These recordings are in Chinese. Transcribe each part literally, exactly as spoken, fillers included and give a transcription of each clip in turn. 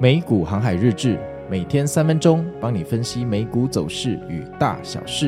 美股航海日志，每天三分钟，帮你分析美股走势与大小事。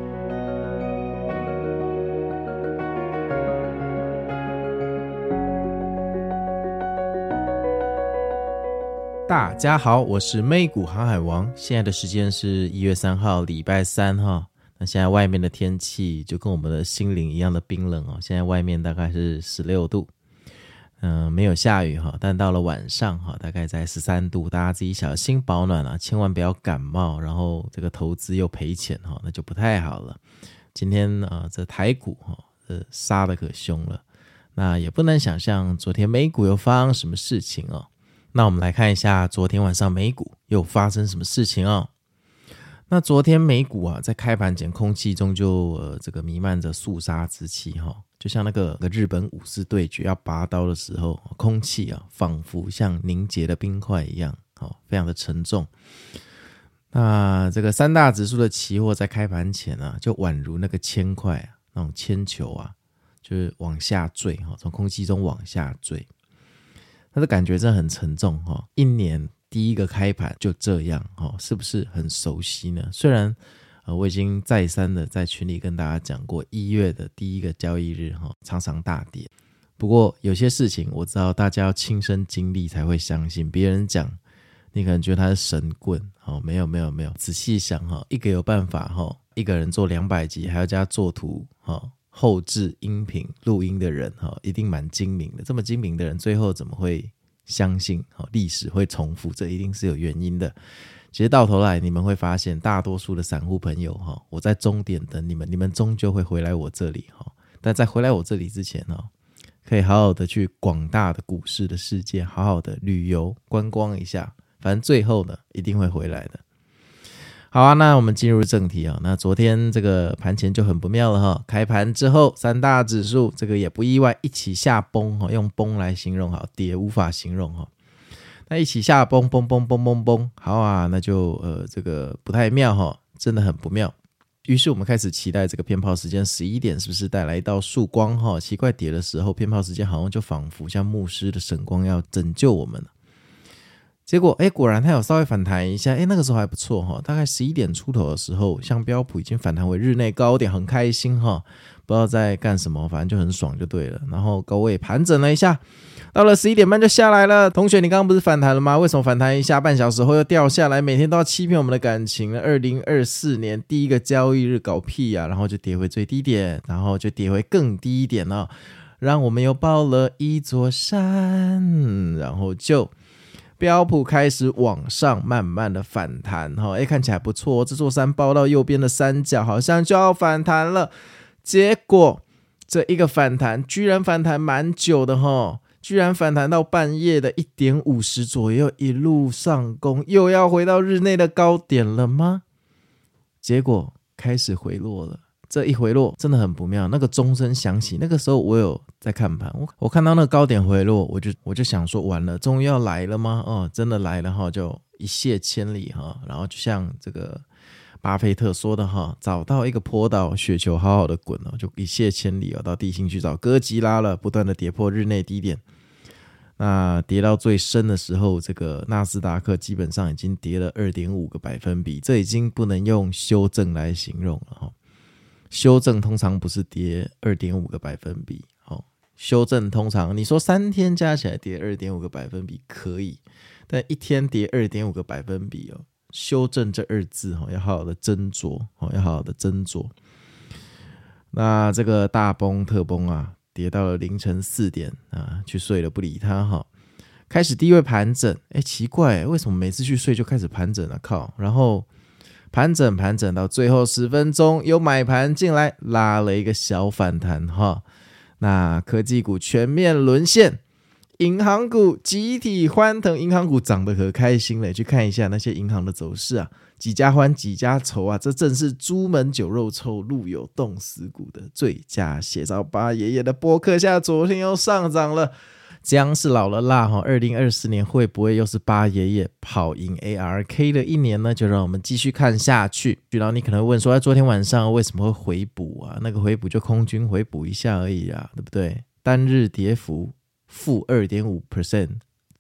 大家好，我是美股航海王。现在的时间是一月三号，礼拜三哈。那现在外面的天气就跟我们的心灵一样的冰冷哦。现在外面大概是十六度。嗯、呃，没有下雨哈，但到了晚上哈，大概在十三度，大家自己小心保暖啊，千万不要感冒，然后这个投资又赔钱哈，那就不太好了。今天啊、呃，这台股哈，这杀得可凶了，那也不能想象昨天美股又发生什么事情哦。那我们来看一下昨天晚上美股又发生什么事情哦。那昨天美股啊，在开盘前空气中就呃这个弥漫着肃杀之气哈。就像那个日本武士对决要拔刀的时候，空气啊仿佛像凝结的冰块一样，哦，非常的沉重。那这个三大指数的期货在开盘前啊，就宛如那个铅块啊，那种铅球啊，就是往下坠，从空气中往下坠。那的感觉真的很沉重，一年第一个开盘就这样，是不是很熟悉呢？虽然呃，我已经再三的在群里跟大家讲过，一月的第一个交易日哈，常常大跌。不过有些事情我知道大家要亲身经历才会相信，别人讲你可能觉得他是神棍，哦，没有没有没有，仔细想哈，一个有办法哈，一个人做两百集还要加作图哈，后制音频录音的人哈，一定蛮精明的。这么精明的人，最后怎么会相信历史会重复？这一定是有原因的。其实到头来你们会发现，大多数的散户朋友，我在终点等你们，你们终究会回来我这里。但在回来我这里之前，可以好好的去广大的股市的世界好好的旅游观光一下，反正最后呢一定会回来的。好啊，那我们进入正题啊。那昨天这个盘前就很不妙了哈，开盘之后三大指数这个也不意外一起下崩，用崩来形容好，跌无法形容哈。那一起下崩崩崩崩崩崩，好啊，那就呃这个不太妙哈，真的很不妙。于是我们开始期待这个鞭炮时间十一点是不是带来一道曙光哈？奇怪，跌的时候鞭炮时间好像就仿佛像牧师的神光要拯救我们了。结果哎，果然它有稍微反弹一下，哎，那个时候还不错哈，大概十一点出头的时候，像标普已经反弹为日内高点，很开心哈，不知道在干什么，反正就很爽就对了。然后高位盘整了一下，到了十一点半就下来了。同学，你刚刚不是反弹了吗？为什么反弹一下半小时后又掉下来？每天都要欺骗我们的感情了。二零二四年第一个交易日搞屁啊，然后就跌回最低点，然后就跌回更低点了，让我们又抱了一座山，然后就标普开始往上慢慢的反弹，诶，看起来不错，这座山抱到右边的山脚好像就要反弹了。结果这一个反弹居然反弹蛮久的齁，居然反弹到半夜的一点五十左右，一路上攻，又要回到日内的高点了吗？结果开始回落了。这一回落真的很不妙，那个钟声响起，那个时候我有在看盘， 我, 我看到那个高点回落，我就我就想说完了，终于要来了吗？哦，真的来了哈，就一泻千里哈。然后就像这个巴菲特说的哈，找到一个坡道，雪球好好的滚哦，就一泻千里哦，到地心去找哥吉拉了，不断的跌破日内低点。那跌到最深的时候，这个纳斯达克基本上已经跌了 二点五 个百分比，这已经不能用修正来形容了哈。修正通常不是跌 二点五 个百分比，哦，修正通常你说三天加起来跌 二点五 个百分比可以，但一天跌 二点五 个百分比哦，修正这二字哦，要好好的斟酌哦，要好好的斟酌。那这个大崩特崩啊，跌到了凌晨四点啊，去睡了不理它哈，开始低位盘整，哎，奇怪，为什么每次去睡就开始盘整了？靠，然后盘整盘整到最后十分钟，有买盘进来拉了一个小反弹哈。那科技股全面沦陷，银行股集体欢腾，银行股涨得可开心了。去看一下那些银行的走势啊，几家欢几家愁啊，这正是朱门酒肉臭，路有冻死骨的最佳写照。八爷爷的播客下昨天又上涨了。姜是老了辣，二零二四年会不会又是八爷爷跑赢 A R K 的一年呢？就让我们继续看下去。然后你可能会问说，昨天晚上为什么会回补啊？那个回补就空军回补一下而已啊，对不对？单日跌幅负 二点五 百分点，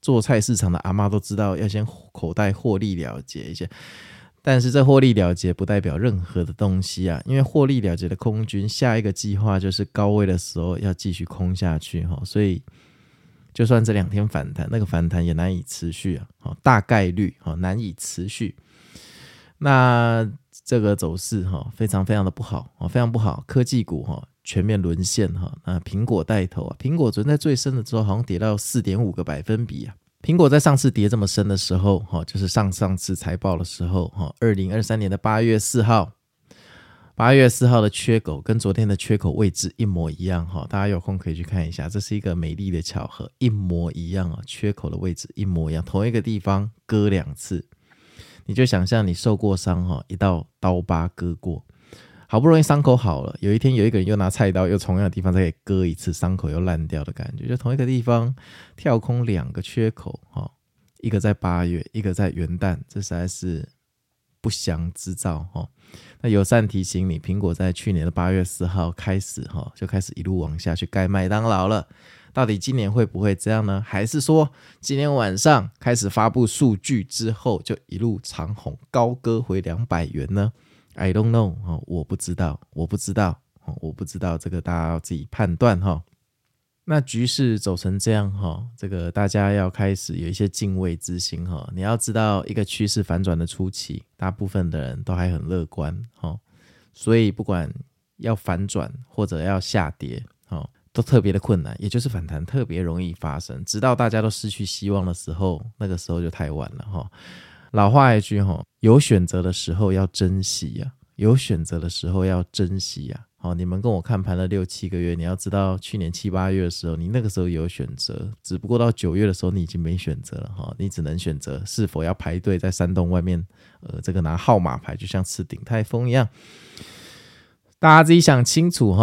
做菜市场的阿嬷都知道要先口袋获利了结一下，但是这获利了结不代表任何的东西啊，因为获利了结的空军下一个计划就是高位的时候要继续空下去，所以就算这两天反弹，那个反弹也难以持续啊，大概率难以持续。那这个走势非常非常的不好，非常不好，科技股全面沦陷，那苹果带头啊，苹果昨天在最深的时候好像跌到 四点五 个百分比啊。苹果在上次跌这么深的时候，就是上上次财报的时候，二零二三年的八月四号，八月四号的缺口跟昨天的缺口位置一模一样，大家有空可以去看一下，这是一个美丽的巧合，一模一样，缺口的位置一模一样，同一个地方割两次。你就想象你受过伤，一道刀疤割过，好不容易伤口好了，有一天有一个人又拿菜刀又同样的地方再给割一次，伤口又烂掉的感觉，就同一个地方跳空两个缺口，一个在八月，一个在元旦，这实在是不祥之兆。那友善提醒你，苹果在去年的八月四号开始就开始一路往下去盖麦当劳了，到底今年会不会这样呢？还是说今天晚上开始发布数据之后就一路长虹高歌回两百元呢？ I don't know， 我不知道我不知道我不知道这个大家要自己判断。那局势走成这样，这个大家要开始有一些敬畏之心。你要知道，一个趋势反转的初期，大部分的人都还很乐观，所以不管要反转或者要下跌都特别的困难，也就是反弹特别容易发生，直到大家都失去希望的时候，那个时候就太晚了。老话一句，有选择的时候要珍惜啊，有选择的时候要珍惜啊。好，你们跟我看盘了六七个月，你要知道去年七八月的时候你那个时候有选择，只不过到九月的时候你已经没选择了，你只能选择是否要排队在山洞外面呃，这个拿号码牌，就像吃鼎泰丰一样，大家自己想清楚。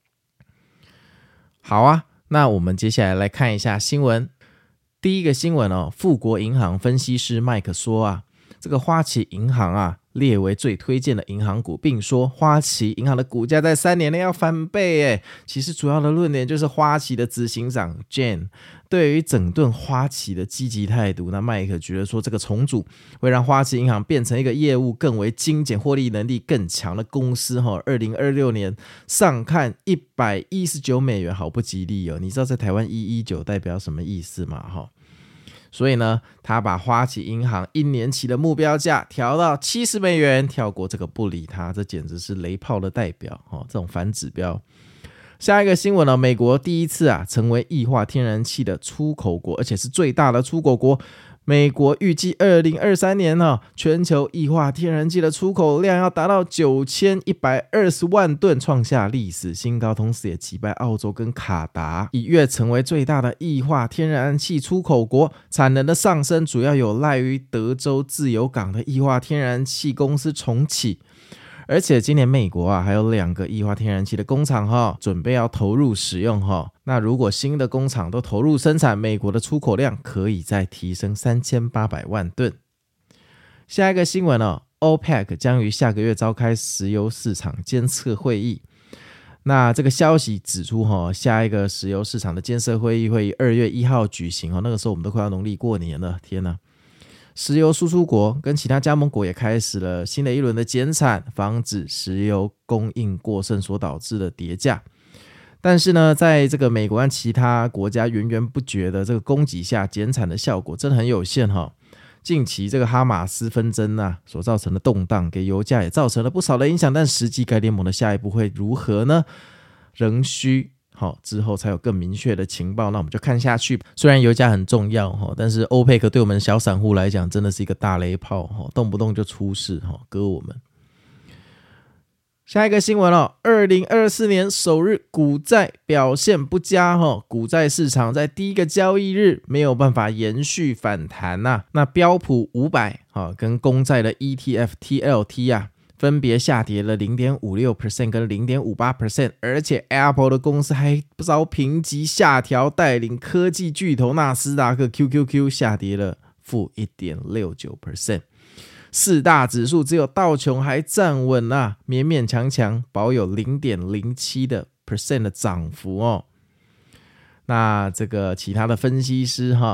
好啊，那我们接下来来看一下新闻。第一个新闻哦，富国银行分析师麦克说啊，这个花旗银行啊列为最推荐的银行股，并说花旗银行的股价在三年内要翻倍耶。其实主要的论点就是花旗的执行长 Jane 对于整顿花旗的积极态度。那麦克觉得说，这个重组会让花旗银行变成一个业务更为精简、获利能力更强的公司。二零二六年上看一百一十九美元，好不吉利哦。你知道在台湾一一九代表什么意思吗？所以呢，他把花旗银行一年期的目标价调到七十美元，跳过这个不理他，这简直是雷炮的代表，这种反指标。下一个新闻呢，美国第一次啊成为液化天然气的出口国，而且是最大的出口国。美国预计二零二三年呢，全球液化天然气的出口量要达到九千一百二十万吨，创下历史新高，同时也击败澳洲跟卡达，一跃成为最大的液化天然气出口国。产能的上升主要有赖于德州自由港的液化天然气公司重启。而且今年美国啊还有两个液化天然气的工厂哈，准备要投入使用哈。那如果新的工厂都投入生产，美国的出口量可以再提升三千八百万吨。下一个新闻哦 ，OPEC 将于下个月召开石油市场监测会议。那这个消息指出哈，下一个石油市场的监测会议会于二月一号举行哈，那个时候我们都快要农历过年了，天哪！石油输出国跟其他加盟国也开始了新的一轮的减产，防止石油供应过剩所导致的跌价。但是呢，在这个美国和其他国家源源不绝的这个供给下，减产的效果真的很有限哈。近期这个哈马斯纷争啊所造成的动荡，给油价也造成了不少的影响，但实际该联盟的下一步会如何呢？仍需好，之后才有更明确的情报，那我们就看下去。虽然油价很重要，但是欧佩克对我们小散户来讲真的是一个大雷炮，动不动就出事，割我们。下一个新闻哦，二零二四年首日股债表现不佳，股债市场在第一个交易日没有办法延续反弹啊。那标普五百跟公债的 E T F T L T 啊分别下跌了 百分之零点五六 跟 零点五八， 而且 Apple 的公司还遭评级下调，带领科技巨头纳斯达克 Q Q Q 下跌了负 一点六九。 四大指数只有道琼还站稳啊，勉勉强强保有 零点零七 的 percent 的涨幅哦。那这个其他的分析师哈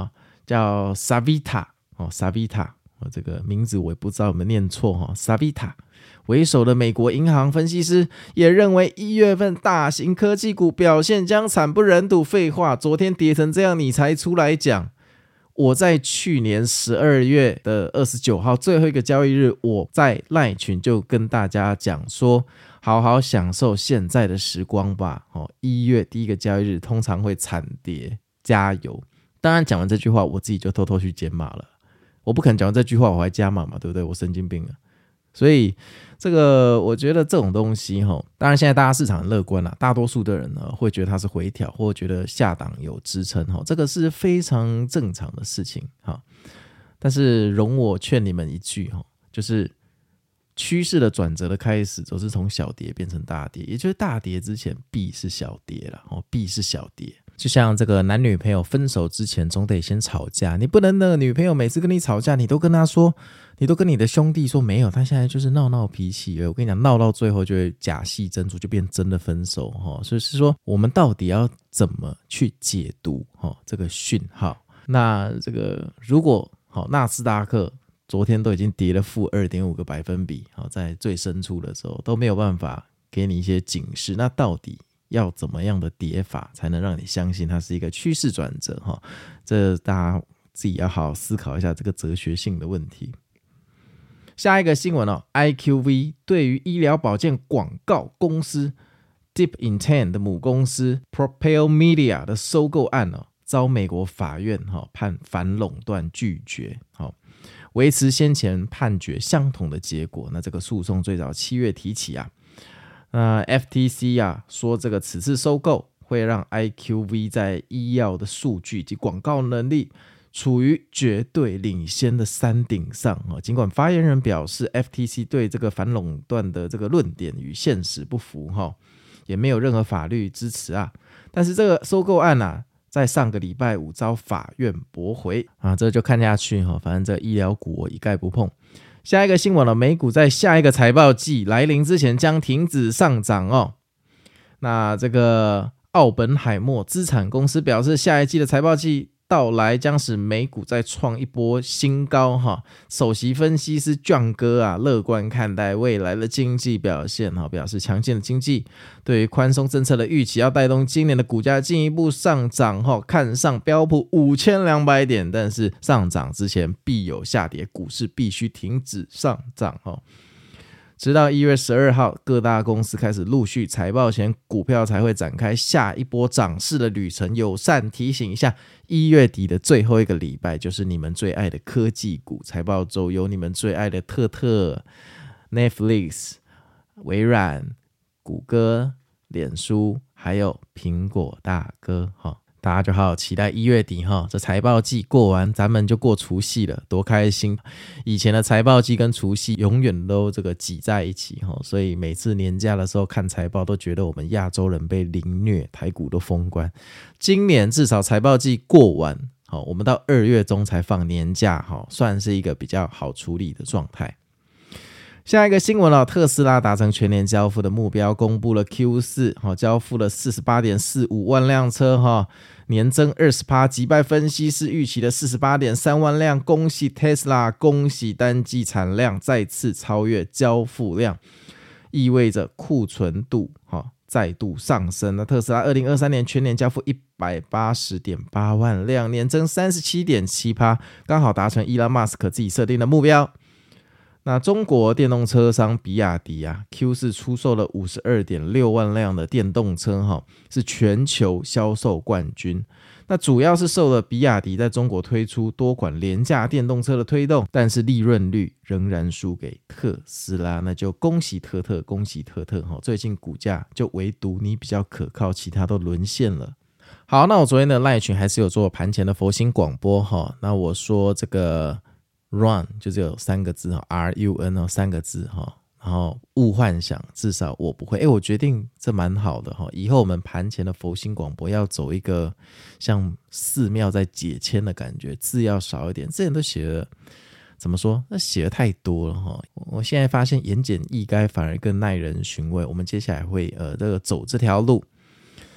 叫 Savita 哦 Savita 哦，这个名字我也不知道有没有念错哈、哦、Savita 为首的美国银行分析师也认为一月份大型科技股表现将惨不忍睹。废话，昨天跌成这样你才出来讲。我在去年十二月的二十九号最后一个交易日，我在 LINE 群就跟大家讲说，好好享受现在的时光吧。哦，一月第一个交易日通常会惨跌，加油。当然讲完这句话，我自己就偷偷去减码了。我不可能讲完这句话我还加码嘛，对不对？我神经病啊！所以这个我觉得这种东西齁，当然现在大家市场很乐观啦，大多数的人呢会觉得它是回调，或觉得下档有支撑齁，这个是非常正常的事情齁。但是容我劝你们一句齁，就是趋势的转折的开始都是从小跌变成大跌，也就是大跌之前必是小跌啦，齁，必是小跌。就像这个男女朋友分手之前总得先吵架，你不能那个女朋友每次跟你吵架你都跟她说，你都跟你的兄弟说没有，他现在就是闹闹脾气了，我跟你讲闹到最后就会假戏真做，就变真的分手、哦、所以是说我们到底要怎么去解读、哦、这个讯号。那这个如果、哦、纳斯达克昨天都已经跌了负 二点五 个百分比、哦、在最深处的时候都没有办法给你一些警示，那到底要怎么样的跌法才能让你相信它是一个趋势转折、哦、这大家自己要好好思考一下这个哲学性的问题。下一个新闻、哦、I Q V 对于医疗保健广告公司 Deep Intent 的母公司 Propel Media 的收购案、哦、遭美国法院、哦、判反垄断拒绝、哦、维持先前判决相同的结果。那这个诉讼最早七月提起啊，那 F T C 啊说这个此次收购会让 I Q V 在医药的数据及广告能力处于绝对领先的山顶上。尽管发言人表示 F T C 对这个反垄断的这个论点与现实不符，也没有任何法律支持啊，但是这个收购案啊在上个礼拜五遭法院驳回啊，这就看下去，反正这医疗股我一概不碰。下一个新闻了，美股在下一个财报季来临之前将停止上涨哦。那这个奥本海默资产公司表示，下一季的财报季到来将使美股再创一波新高哈。首席分析师 John 哥啊，乐观看待未来的经济表现哈，表示强劲的经济对于宽松政策的预期要带动今年的股价进一步上涨哈，看上标普五千两百点，但是上涨之前必有下跌，股市必须停止上涨哈。直到一月十二号，各大公司开始陆续财报前，股票才会展开下一波涨势的旅程。友善提醒一下，一月底的最后一个礼拜就是你们最爱的科技股财报周，有你们最爱的特特、Netflix、微软、谷歌、脸书，还有苹果大哥哈。大家就好好期待一月底哈，这财报季过完，咱们就过除夕了，多开心！以前的财报季跟除夕永远都这个挤在一起哈，所以每次年假的时候看财报，都觉得我们亚洲人被凌虐，台股都封关。今年至少财报季过完，好，我们到二月中才放年假哈，算是一个比较好处理的状态。下一个新闻、哦、特斯拉达成全年交付的目标，公布了 Q 四、哦、交付了 四十八点四五万辆车、哦、年增 百分之二十， 击败分析师预期的 四十八点三万辆。恭喜 Tesla， 恭喜单季产量再次超越交付量，意味着库存度、哦、再度上升。那特斯拉二零二三年全年交付 一百八十点八万辆，年增 百分之三十七点七， 刚好达成伊隆马斯克自己设定的目标。那中国电动车商比亚迪啊 Q 四 出售了 五十二点六万辆的电动车，是全球销售冠军。那主要是受了比亚迪在中国推出多款廉价电动车的推动，但是利润率仍然输给特斯拉，那就恭喜特特，恭喜特特，最近股价就唯独你比较可靠，其他都沦陷了。好，那我昨天的 LINE 群还是有做盘前的佛心广播，那我说这个Run 就只有三个字 R U N 三个字，然后勿幻想，至少我不会。诶，我决定这蛮好的，以后我们盘前的佛心广播要走一个像寺庙在解签的感觉，字要少一点。之前都写了怎么说，那写的太多了，我现在发现言简意赅反而更耐人寻味。我们接下来会呃这个走这条路。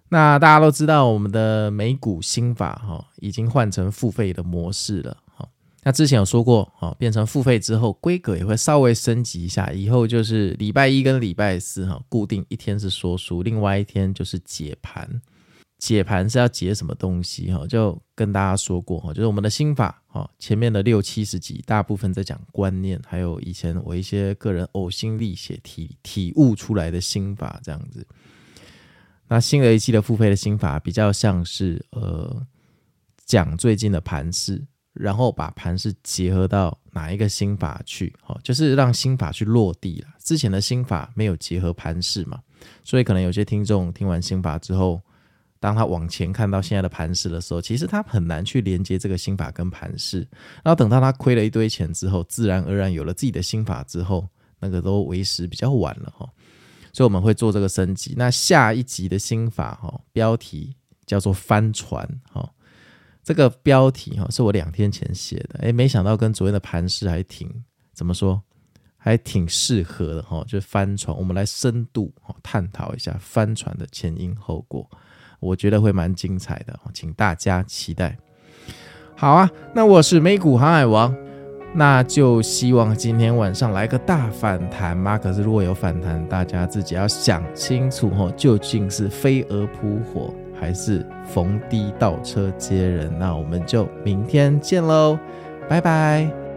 那大家都知道我们的美股新法、哦、已经换成付费的模式了、哦、那之前有说过、哦、变成付费之后规格也会稍微升级一下，以后就是礼拜一跟礼拜四、哦、固定一天是说书，另外一天就是解盘。解盘是要解什么东西、哦、就跟大家说过、哦、就是我们的新法、哦、前面的六七十集大部分在讲观念，还有以前我一些个人呕心沥血 体, 体悟出来的新法这样子。那新的一期的付费的新法比较像是呃讲最近的盘势，然后把盘势结合到哪一个新法去、哦、就是让新法去落地啦。之前的新法没有结合盘势嘛，所以可能有些听众听完新法之后，当他往前看到现在的盘势的时候，其实他很难去连接这个新法跟盘势，然后等到他亏了一堆钱之后，自然而然有了自己的新法之后，那个都为时比较晚了、哦、所以我们会做这个升级。那下一集的新法、哦、标题叫做帆船、哦、这个标题、哦、是我两天前写的，诶没想到跟昨天的盘势还挺怎么说还挺适合的、哦、就是帆船，我们来深度、哦、探讨一下帆船的前因后果，我觉得会蛮精彩的，请大家期待。好啊，那我是美股航海王，那就希望今天晚上来个大反弹嘛。可是如果有反弹，大家自己要想清楚、哦、究竟是飞蛾扑火还是逢低倒车接人。那我们就明天见咯，拜拜。